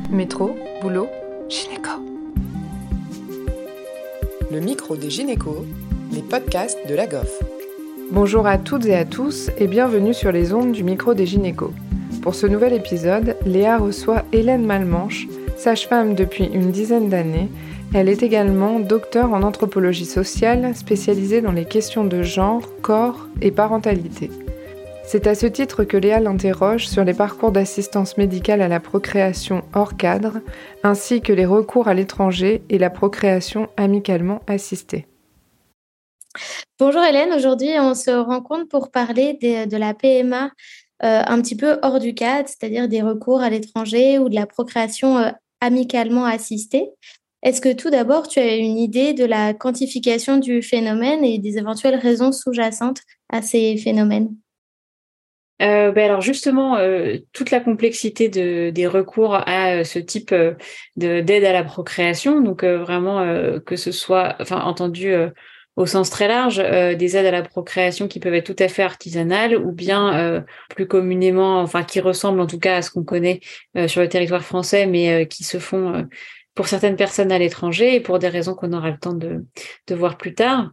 Métro, boulot, gynéco. Le micro des gynécos, les podcasts de la GOF. Bonjour à toutes et à tous et bienvenue sur les ondes du micro des gynécos. Pour ce nouvel épisode, Léa reçoit Hélène Malmanche, sage-femme depuis une dizaine d'années. Elle est également docteure en anthropologie sociale, spécialisée dans les questions de genre, corps et parentalité. C'est à ce titre que Léa l'interroge sur les parcours d'assistance médicale à la procréation hors cadre, ainsi que les recours à l'étranger et la procréation amicalement assistée. Bonjour Hélène, aujourd'hui on se rencontre pour parler de la PMA un petit peu hors du cadre, c'est-à-dire des recours à l'étranger ou de la procréation amicalement assistée. Est-ce que tout d'abord tu as une idée de la quantification du phénomène et des éventuelles raisons sous-jacentes à ces phénomènes ? Alors justement, toute la complexité des recours à ce type d'aide à la procréation, donc vraiment que ce soit, entendu au sens très large, des aides à la procréation qui peuvent être tout à fait artisanales ou bien plus communément, qui ressemblent en tout cas à ce qu'on connaît sur le territoire français, mais qui se font pour certaines personnes à l'étranger et pour des raisons qu'on aura le temps de voir plus tard.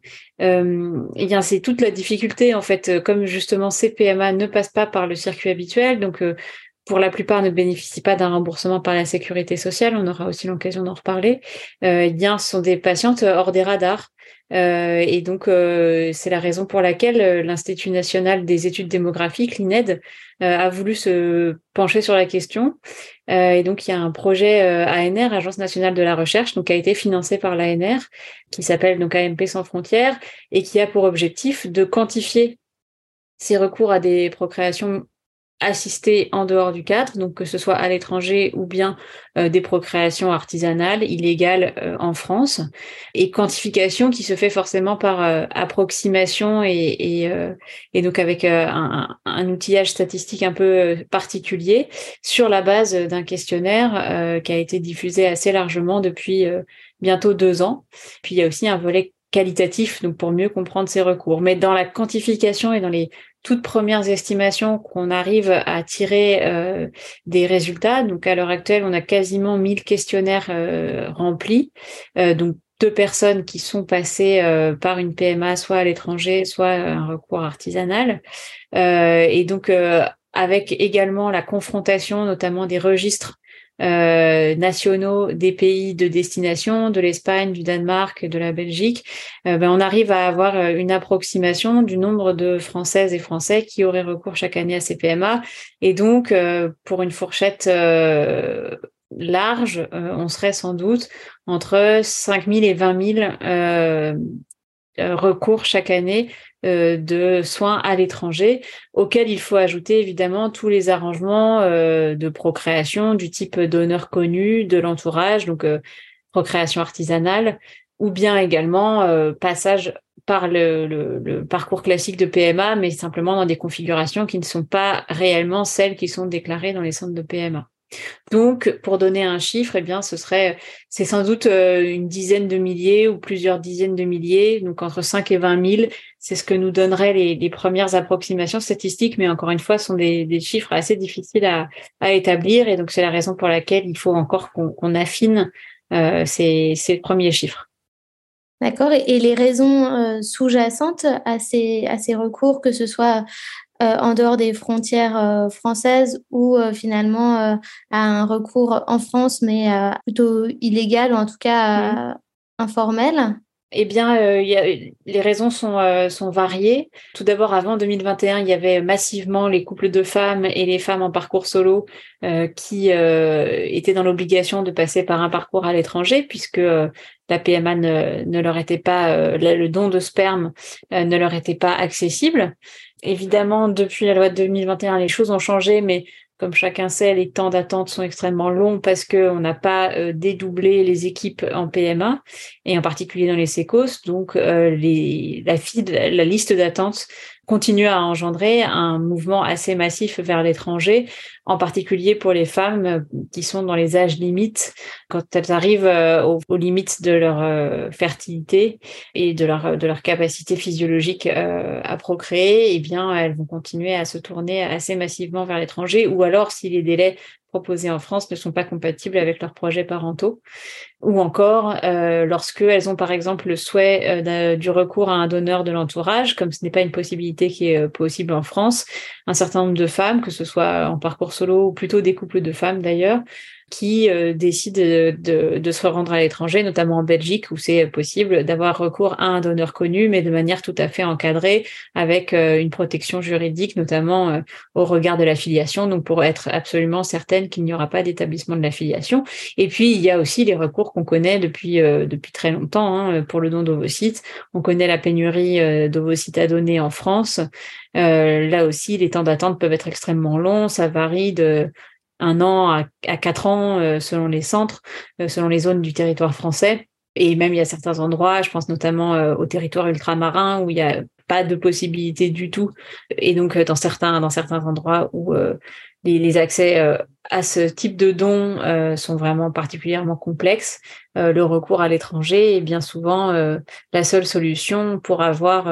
C'est toute la difficulté en fait, comme justement ces PMA ne passent pas par le circuit habituel, donc pour la plupart ne bénéficient pas d'un remboursement par la sécurité sociale, on aura aussi l'occasion d'en reparler. Ce sont des patientes hors des radars. Et donc, c'est la raison pour laquelle l'Institut national des études démographiques, l'INED, a voulu se pencher sur la question. Et donc, il y a un projet ANR, Agence nationale de la recherche, donc qui a été financé par l'ANR, qui s'appelle donc AMP sans frontières, et qui a pour objectif de quantifier ces recours à des procréations assistées en dehors du cadre, donc que ce soit à l'étranger ou bien des procréations artisanales, illégales en France, et quantification qui se fait forcément par approximation et donc avec un outillage statistique un peu particulier sur la base d'un questionnaire qui a été diffusé assez largement depuis bientôt 2 ans. Puis il y a aussi un volet qualitatif, donc pour mieux comprendre ces recours. Mais dans la quantification et dans les toutes premières estimations qu'on arrive à tirer des résultats, donc à l'heure actuelle, on a quasiment 1000 questionnaires remplis, donc 2 personnes qui sont passées par une PMA, soit à l'étranger, soit un recours artisanal, et donc avec également la confrontation notamment des registres nationaux des pays de destination, de l'Espagne, du Danemark, de la Belgique, on arrive à avoir une approximation du nombre de Françaises et Français qui auraient recours chaque année à ces PMA. Et donc, pour une fourchette large, on serait sans doute entre 5 000 et 20 000 recours chaque année de soins à l'étranger, auxquels il faut ajouter évidemment tous les arrangements de procréation du type donneur connu, de l'entourage, donc procréation artisanale, ou bien également passage par le parcours classique de PMA, mais simplement dans des configurations qui ne sont pas réellement celles qui sont déclarées dans les centres de PMA. Donc, pour donner un chiffre, c'est sans doute une dizaine de milliers ou plusieurs dizaines de milliers, donc entre 5 et 20 000, c'est ce que nous donneraient les premières approximations statistiques, mais encore une fois, ce sont des chiffres assez difficiles à établir, et donc c'est la raison pour laquelle il faut encore qu'on affine ces premiers chiffres. D'accord, et les raisons sous-jacentes à ces recours, que ce soit en dehors des frontières françaises ou finalement à un recours en France, mais plutôt illégal ou en tout cas informel? Eh bien, les raisons sont variées. Tout d'abord, avant 2021, il y avait massivement les couples de femmes et les femmes en parcours solo qui étaient dans l'obligation de passer par un parcours à l'étranger, puisque la PMA ne leur était pas, le don de sperme ne leur était pas accessible. Évidemment, depuis la loi de 2021, les choses ont changé, mais comme chacun sait, les temps d'attente sont extrêmement longs parce qu'on n'a pas dédoublé les équipes en PMA, et en particulier dans les sécos. Donc, la liste d'attente continue à engendrer un mouvement assez massif vers l'étranger, en particulier pour les femmes qui sont dans les âges limites, quand elles arrivent aux limites de leur fertilité et de leur capacité physiologique à procréer, eh bien, elles vont continuer à se tourner assez massivement vers l'étranger, ou alors si les délais proposés en France ne sont pas compatibles avec leurs projets parentaux. Ou encore, lorsque elles ont par exemple le souhait du recours à un donneur de l'entourage, comme ce n'est pas une possibilité qui est possible en France, un certain nombre de femmes, que ce soit en parcours solo ou plutôt des couples de femmes d'ailleurs, qui décident de se rendre à l'étranger, notamment en Belgique, où c'est possible d'avoir recours à un donneur connu, mais de manière tout à fait encadrée, avec une protection juridique, notamment au regard de la filiation, donc pour être absolument certaine qu'il n'y aura pas d'établissement de la filiation. Et puis, il y a aussi les recours qu'on connaît depuis très longtemps pour le don d'ovocytes. On connaît la pénurie d'ovocytes à donner en France. Là aussi, les temps d'attente peuvent être extrêmement longs. Ça varie de 1 an à 4 ans selon les centres, selon les zones du territoire français. Et même, il y a certains endroits, je pense notamment au territoire ultramarin, où il n'y a pas de possibilité du tout. Et donc, dans certains endroits où les accès à ce type de dons sont vraiment particulièrement complexes, le recours à l'étranger est bien souvent la seule solution pour avoir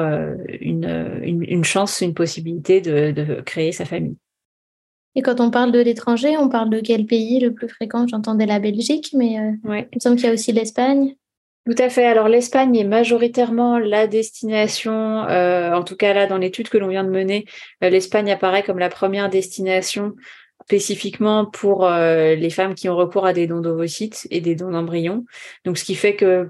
une chance, une possibilité de créer sa famille. Et quand on parle de l'étranger, on parle de quel pays le plus fréquent? J'entendais la Belgique, mais Ouais. il me semble qu'il y a aussi l'Espagne. Tout à fait. Alors l'Espagne est majoritairement la destination, en tout cas là dans l'étude que l'on vient de mener, l'Espagne apparaît comme la première destination spécifiquement pour les femmes qui ont recours à des dons d'ovocytes et des dons d'embryons. Donc ce qui fait que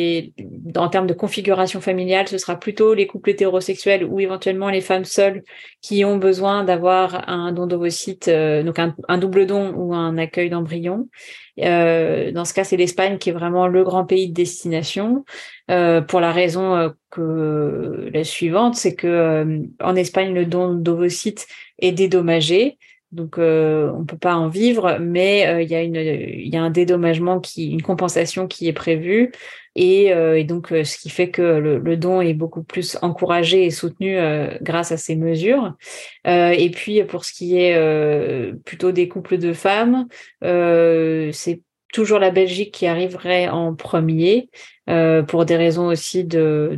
en termes de configuration familiale, ce sera plutôt les couples hétérosexuels ou éventuellement les femmes seules qui ont besoin d'avoir un don d'ovocytes, donc un double don ou un accueil d'embryon. Dans ce cas, c'est l'Espagne qui est vraiment le grand pays de destination, pour la raison que la suivante, c'est que en Espagne, le don d'ovocytes est dédommagé. Donc, on peut pas en vivre, mais il y a un dédommagement une compensation qui est prévue, et donc ce qui fait que le don est beaucoup plus encouragé et soutenu grâce à ces mesures. Et puis pour ce qui est plutôt des couples de femmes, c'est toujours la Belgique qui arriverait en premier, pour des raisons aussi de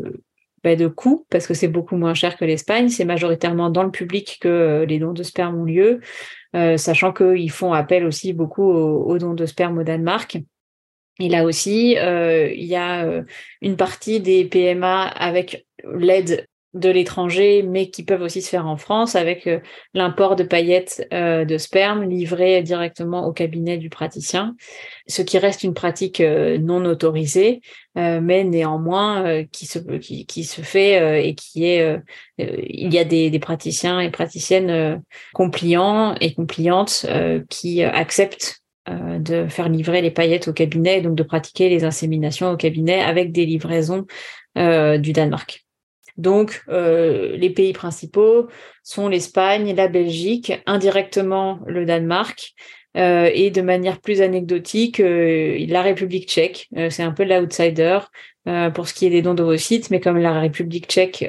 coût, parce que c'est beaucoup moins cher que l'Espagne. C'est majoritairement dans le public que les dons de sperme ont lieu, sachant qu'ils font appel aussi beaucoup aux dons de sperme au Danemark. Et là aussi, il y a une partie des PMA avec l'aide de l'étranger, mais qui peuvent aussi se faire en France avec l'import de paillettes de sperme livrées directement au cabinet du praticien, ce qui reste une pratique non autorisée, mais néanmoins qui se fait et qui est il y a des praticiens et praticiennes compliants et compliantes qui acceptent de faire livrer les paillettes au cabinet, donc de pratiquer les inséminations au cabinet avec des livraisons du Danemark. Donc, les pays principaux sont l'Espagne, la Belgique, indirectement le Danemark, et de manière plus anecdotique, la République tchèque. C'est un peu l'outsider pour ce qui est des dons d'ovocytes, mais comme la République tchèque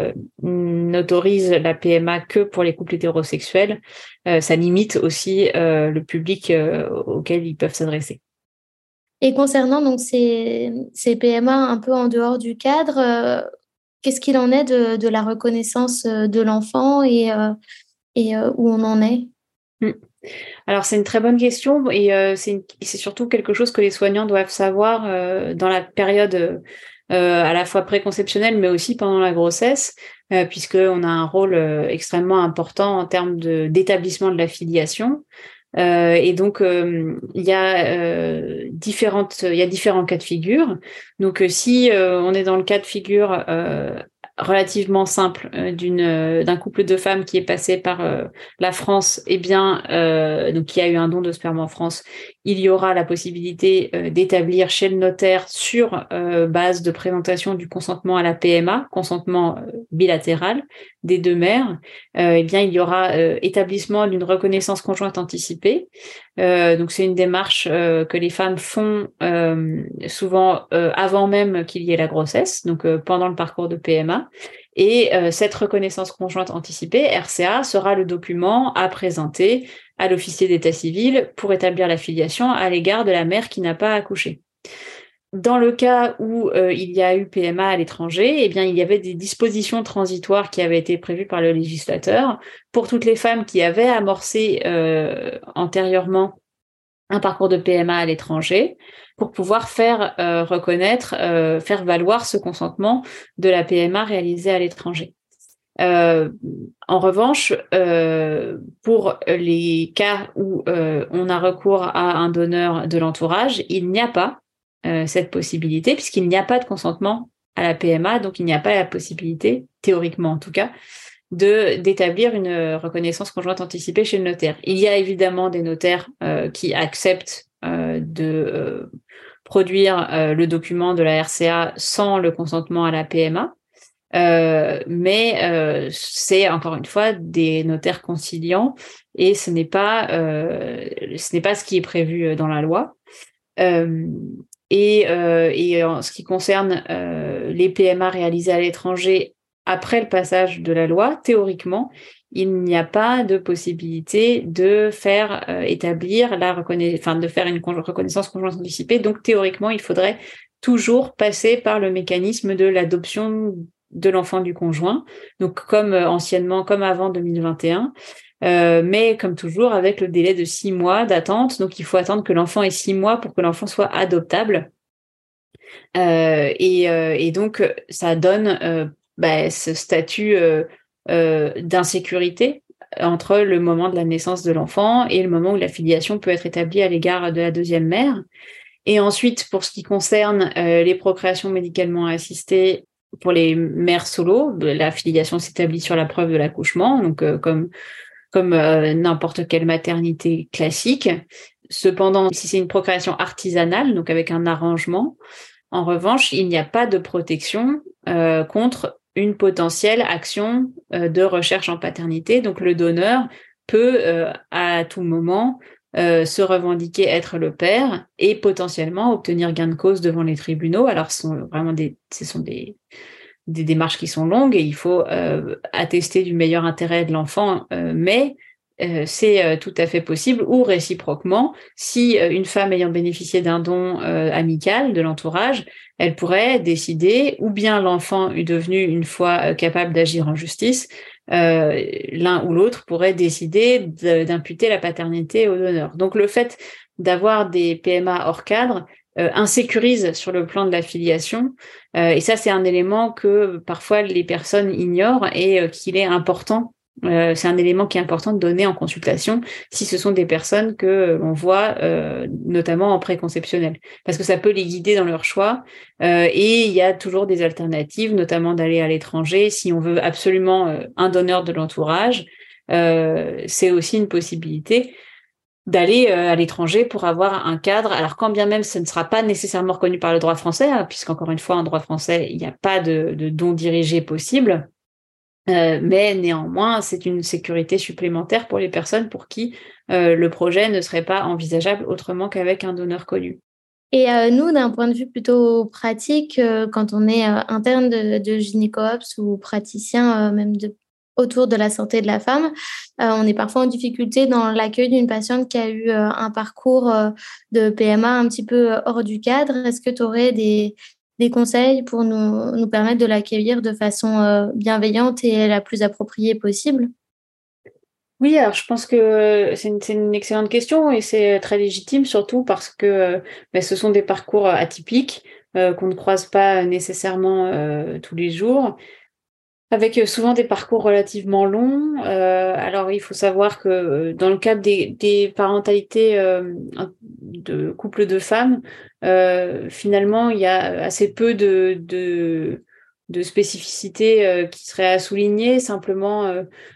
n'autorise la PMA que pour les couples hétérosexuels, ça limite aussi le public auquel ils peuvent s'adresser. Et concernant donc ces PMA un peu en dehors du cadre, qu'est-ce qu'il en est de la reconnaissance de l'enfant et où on en est? Alors, c'est une très bonne question, et c'est surtout quelque chose que les soignants doivent savoir dans la période à la fois préconceptionnelle, mais aussi pendant la grossesse, puisqu'on a un rôle extrêmement important en termes d'établissement de la filiation. Et donc, il y a différents cas de figure. Donc, si on est dans le cas de figure relativement simple d'un couple de femmes qui est passé par la France, eh bien, donc qui a eu un don de sperme en France, il y aura la possibilité d'établir chez le notaire, sur base de présentation du consentement à la PMA, consentement bilatéral des deux mères, eh bien, il y aura établissement d'une reconnaissance conjointe anticipée. Donc, c'est une démarche que les femmes font souvent avant même qu'il y ait la grossesse, donc pendant le parcours de PMA. Et cette reconnaissance conjointe anticipée, RCA, sera le document à présenter à l'officier d'état civil pour établir la filiation à l'égard de la mère qui n'a pas accouché. dans le cas où il y a eu PMA à l'étranger, eh bien, il y avait des dispositions transitoires qui avaient été prévues par le législateur pour toutes les femmes qui avaient amorcé antérieurement un parcours de PMA à l'étranger pour pouvoir faire reconnaître, faire valoir ce consentement de la PMA réalisée à l'étranger. En revanche, pour les cas où on a recours à un donneur de l'entourage, il n'y a pas cette possibilité, puisqu'il n'y a pas de consentement à la PMA, donc il n'y a pas la possibilité, théoriquement en tout cas, d'établir une reconnaissance conjointe anticipée chez le notaire. Il y a évidemment des notaires qui acceptent de produire le document de la RCA sans le consentement à la PMA, mais c'est encore une fois des notaires conciliants et ce n'est pas ce qui est prévu dans la loi. Et en ce qui concerne les PMA réalisés à l'étranger après le passage de la loi, théoriquement, il n'y a pas de possibilité de faire établir de faire une reconnaissance conjointe anticipée. Donc théoriquement, il faudrait toujours passer par le mécanisme de l'adoption de l'enfant du conjoint, donc comme anciennement, comme avant 2021. Mais comme toujours avec le délai de 6 mois d'attente, donc il faut attendre que l'enfant ait 6 mois pour que l'enfant soit adoptable, et donc ça donne ce statut d'insécurité entre le moment de la naissance de l'enfant et le moment où la filiation peut être établie à l'égard de la deuxième mère. Et ensuite, pour ce qui concerne les procréations médicalement assistées pour les mères solo, la filiation s'établit sur la preuve de l'accouchement, donc comme n'importe quelle maternité classique. Cependant, si c'est une procréation artisanale, donc avec un arrangement, en revanche, il n'y a pas de protection contre une potentielle action de recherche en paternité. Donc le donneur peut à tout moment se revendiquer être le père et potentiellement obtenir gain de cause devant les tribunaux. Alors ce sont des démarches qui sont longues et il faut attester du meilleur intérêt de l'enfant, mais c'est tout à fait possible, ou réciproquement, si une femme ayant bénéficié d'un don amical de l'entourage, elle pourrait décider, ou bien l'enfant est devenu une fois capable d'agir en justice, l'un ou l'autre pourrait décider d'imputer la paternité au donneur. Donc le fait d'avoir des PMA hors cadre insécurise sur le plan de la filiation, et ça c'est un élément que parfois les personnes ignorent et qu'il est important. C'est un élément qui est important de donner en consultation si ce sont des personnes que l'on voit notamment en préconceptionnel, parce que ça peut les guider dans leur choix, et il y a toujours des alternatives, notamment d'aller à l'étranger si on veut absolument un donneur de l'entourage. C'est aussi une possibilité d'aller à l'étranger pour avoir un cadre. Alors quand bien même ce ne sera pas nécessairement reconnu par le droit français, puisqu'encore une fois en droit français il n'y a pas de don dirigé possible. Mais néanmoins, c'est une sécurité supplémentaire pour les personnes pour qui le projet ne serait pas envisageable autrement qu'avec un donneur connu. Et nous, d'un point de vue plutôt pratique, quand on est interne de gynéco-obs ou praticien même autour de la santé de la femme, on est parfois en difficulté dans l'accueil d'une patiente qui a eu un parcours de PMA un petit peu hors du cadre. Est-ce que tu aurais des conseils pour nous permettre de l'accueillir de façon bienveillante et la plus appropriée possible? Oui, alors je pense que c'est une excellente question et c'est très légitime, surtout parce que ce sont des parcours atypiques qu'on ne croise pas nécessairement tous les jours, avec souvent des parcours relativement longs. Alors il faut savoir que dans le cadre des parentalités de couples de femmes, finalement il y a assez peu de spécificités qui seraient à souligner. Simplement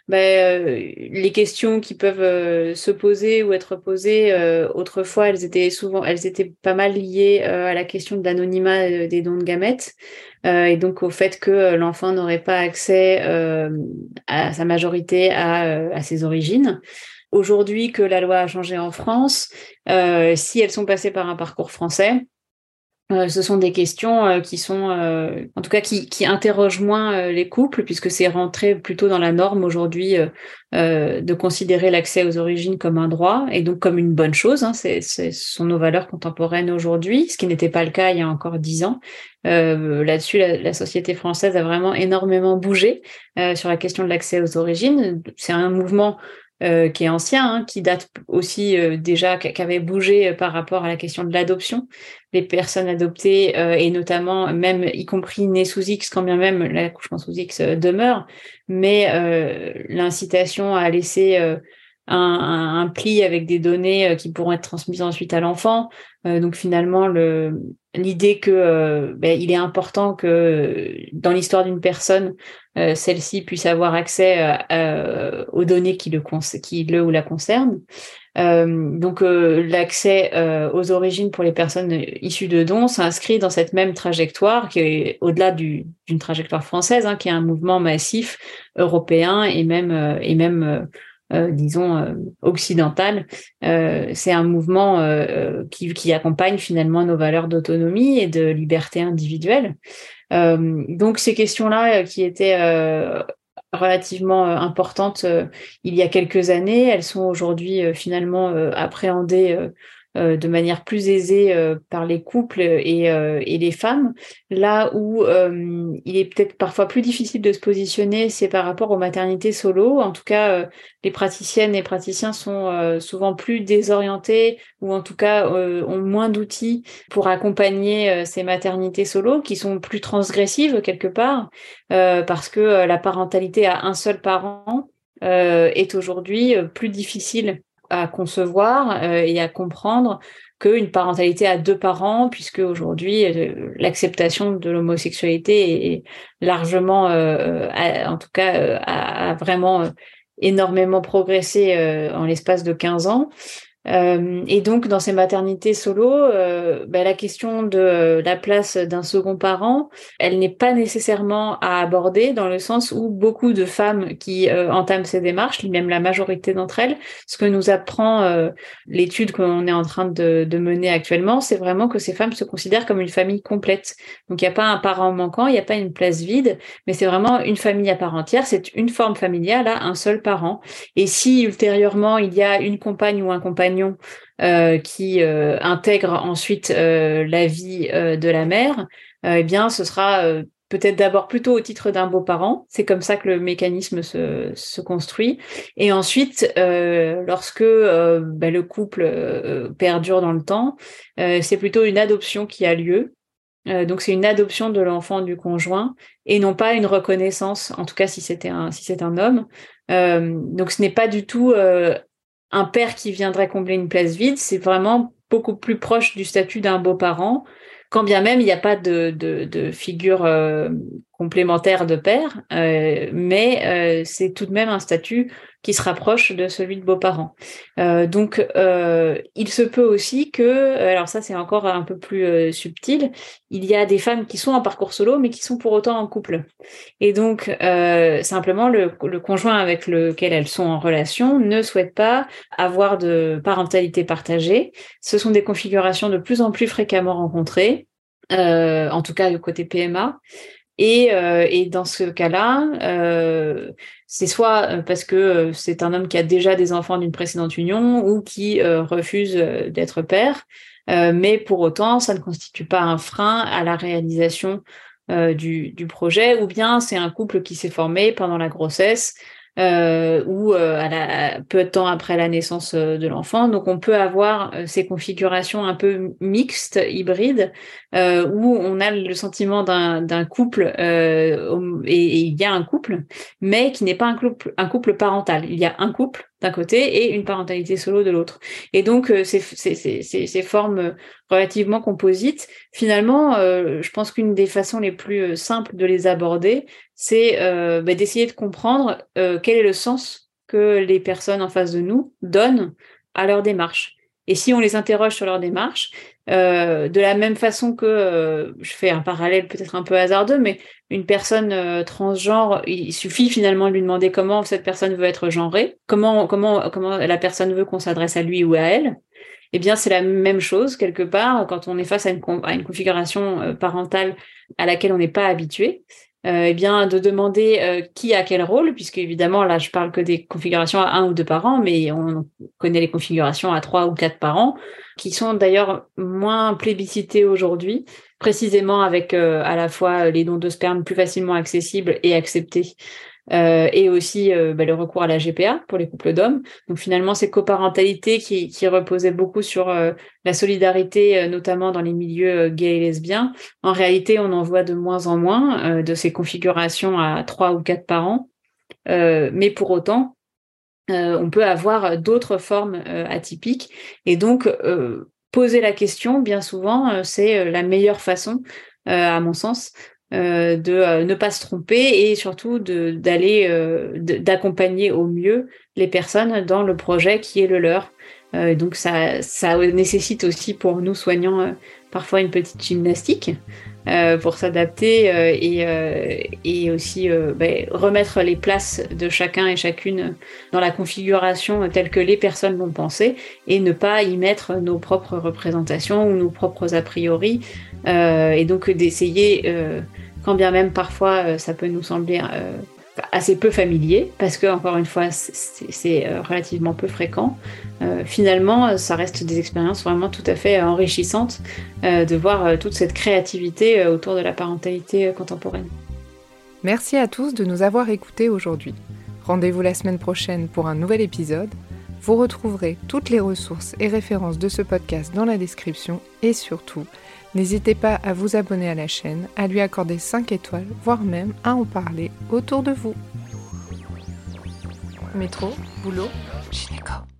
les questions qui peuvent se poser ou être posées autrefois, elles étaient pas mal liées à la question de l'anonymat des dons de gamètes. Et donc au fait que l'enfant n'aurait pas accès à sa majorité à ses origines. Aujourd'hui que la loi a changé en France, si elles sont passées par un parcours français, Ce sont des questions qui sont, en tout cas, qui interrogent moins les couples, puisque c'est rentré plutôt dans la norme aujourd'hui de considérer l'accès aux origines comme un droit et donc comme une bonne chose. Hein, ce sont nos valeurs contemporaines aujourd'hui, ce qui n'était pas le cas il y a encore 10 ans. Là-dessus, la société française a vraiment énormément bougé sur la question de l'accès aux origines. C'est un mouvement qui est ancien, hein, qui date aussi déjà, qui avait bougé par rapport à la question de l'adoption. Les personnes adoptées, et notamment même y compris nées sous X, quand bien même l'accouchement sous X demeure, mais l'incitation à laisser un pli avec des données qui pourront être transmises ensuite à l'enfant. Donc finalement, l'idée que il est important que dans l'histoire d'une personne, celle-ci puisse avoir accès aux données qui le ou la concernent. Donc l'accès aux origines pour les personnes issues de dons s'inscrit dans cette même trajectoire qui est au-delà d'une trajectoire française, hein, qui est un mouvement massif européen et même disons occidental. C'est un mouvement qui accompagne finalement nos valeurs d'autonomie et de liberté individuelle. Donc ces questions-là qui étaient relativement importantes il y a quelques années, elles sont aujourd'hui finalement appréhendées de manière plus aisée par les couples et les femmes. Là où il est peut-être parfois plus difficile de se positionner, c'est par rapport aux maternités solo. En tout cas, les praticiennes et praticiens sont souvent plus désorientés ou en tout cas ont moins d'outils pour accompagner ces maternités solo qui sont plus transgressives quelque part parce que la parentalité à un seul parent est aujourd'hui plus difficile à concevoir et à comprendre qu'une parentalité à deux parents, puisque aujourd'hui l'acceptation de l'homosexualité est largement, en tout cas, a vraiment énormément progressé en l'espace de 15 ans. Et donc, dans ces maternités solo, la question de la place d'un second parent, elle n'est pas nécessairement à aborder dans le sens où beaucoup de femmes qui entament ces démarches, même la majorité d'entre elles, ce que nous apprend l'étude qu'on est en train de mener actuellement, c'est vraiment que ces femmes se considèrent comme une famille complète. Donc, il n'y a pas un parent manquant, il n'y a pas une place vide, mais c'est vraiment une famille à part entière, c'est une forme familiale à un seul parent. Et si ultérieurement, il y a une compagne ou un compagnon qui intègre ensuite la vie de la mère, eh bien, ce sera peut-être d'abord plutôt au titre d'un beau-parent. C'est comme ça que le mécanisme se construit. Et ensuite, lorsque le couple perdure dans le temps, c'est plutôt une adoption qui a lieu. Donc, c'est une adoption de l'enfant du conjoint et non pas une reconnaissance, en tout cas si c'est un homme. Donc, ce n'est pas du tout un père qui viendrait combler une place vide, c'est vraiment beaucoup plus proche du statut d'un beau-parent, quand bien même il n'y a pas de figure complémentaire de père, mais c'est tout de même un statut qui se rapproche de celui de beau-parent. Donc, il se peut aussi que, alors ça c'est encore un peu plus subtil, il y a des femmes qui sont en parcours solo, mais qui sont pour autant en couple. Et donc, simplement, le conjoint avec lequel elles sont en relation ne souhaite pas avoir de parentalité partagée. Ce sont des configurations de plus en plus fréquemment rencontrées, en tout cas du côté PMA. Et dans ce cas-là, c'est soit parce que c'est un homme qui a déjà des enfants d'une précédente union ou qui refuse d'être père, mais pour autant, ça ne constitue pas un frein à la réalisation du projet, ou bien c'est un couple qui s'est formé pendant la grossesse ou peu de temps après la naissance de l'enfant. Donc on peut avoir ces configurations un peu mixtes, hybrides, où on a le sentiment d'un couple et il y a un couple, mais qui n'est pas un couple parental. Il y a un couple d'un côté et une parentalité solo de l'autre. Et donc ces formes relativement composites, finalement, je pense qu'une des façons les plus simples de les aborder, c'est d'essayer de comprendre quel est le sens que les personnes en face de nous donnent à leur démarche. Et si on les interroge sur leur démarche, de la même façon que, je fais un parallèle peut-être un peu hasardeux, mais une personne transgenre, il suffit finalement de lui demander comment cette personne veut être genrée, comment la personne veut qu'on s'adresse à lui ou à elle. eh bien, c'est la même chose quelque part quand on est face à une configuration parentale à laquelle on n'est pas habitué. Eh bien, de demander qui a quel rôle, puisque évidemment, là, je parle que des configurations à 1 ou 2 parents, mais on connaît les configurations à 3 ou 4 parents, qui sont d'ailleurs moins plébiscitées aujourd'hui, précisément avec à la fois les dons de sperme plus facilement accessibles et acceptés, et aussi le recours à la GPA pour les couples d'hommes. Donc finalement, ces coparentalités qui reposaient beaucoup sur la solidarité, notamment dans les milieux gays et lesbiens, en réalité, on en voit de moins en moins de ces configurations à 3 ou 4 parents. Mais pour autant, on peut avoir d'autres formes atypiques. Et donc, poser la question, bien souvent, c'est la meilleure façon, à mon sens, de ne pas se tromper et surtout d'accompagner au mieux les personnes dans le projet qui est le leur. Donc ça nécessite aussi pour nous soignants parfois une petite gymnastique pour s'adapter et aussi remettre les places de chacun et chacune dans la configuration telle que les personnes l'ont pensé et ne pas y mettre nos propres représentations ou nos propres a priori et donc d'essayer quand bien même parfois ça peut nous sembler assez peu familier, parce que encore une fois c'est relativement peu fréquent. Finalement, ça reste des expériences vraiment tout à fait enrichissantes de voir toute cette créativité autour de la parentalité contemporaine. Merci à tous de nous avoir écoutés aujourd'hui. Rendez-vous la semaine prochaine pour un nouvel épisode. Vous retrouverez toutes les ressources et références de ce podcast dans la description et surtout, n'hésitez pas à vous abonner à la chaîne, à lui accorder 5 étoiles, voire même à en parler autour de vous. Métro, boulot, gynéco.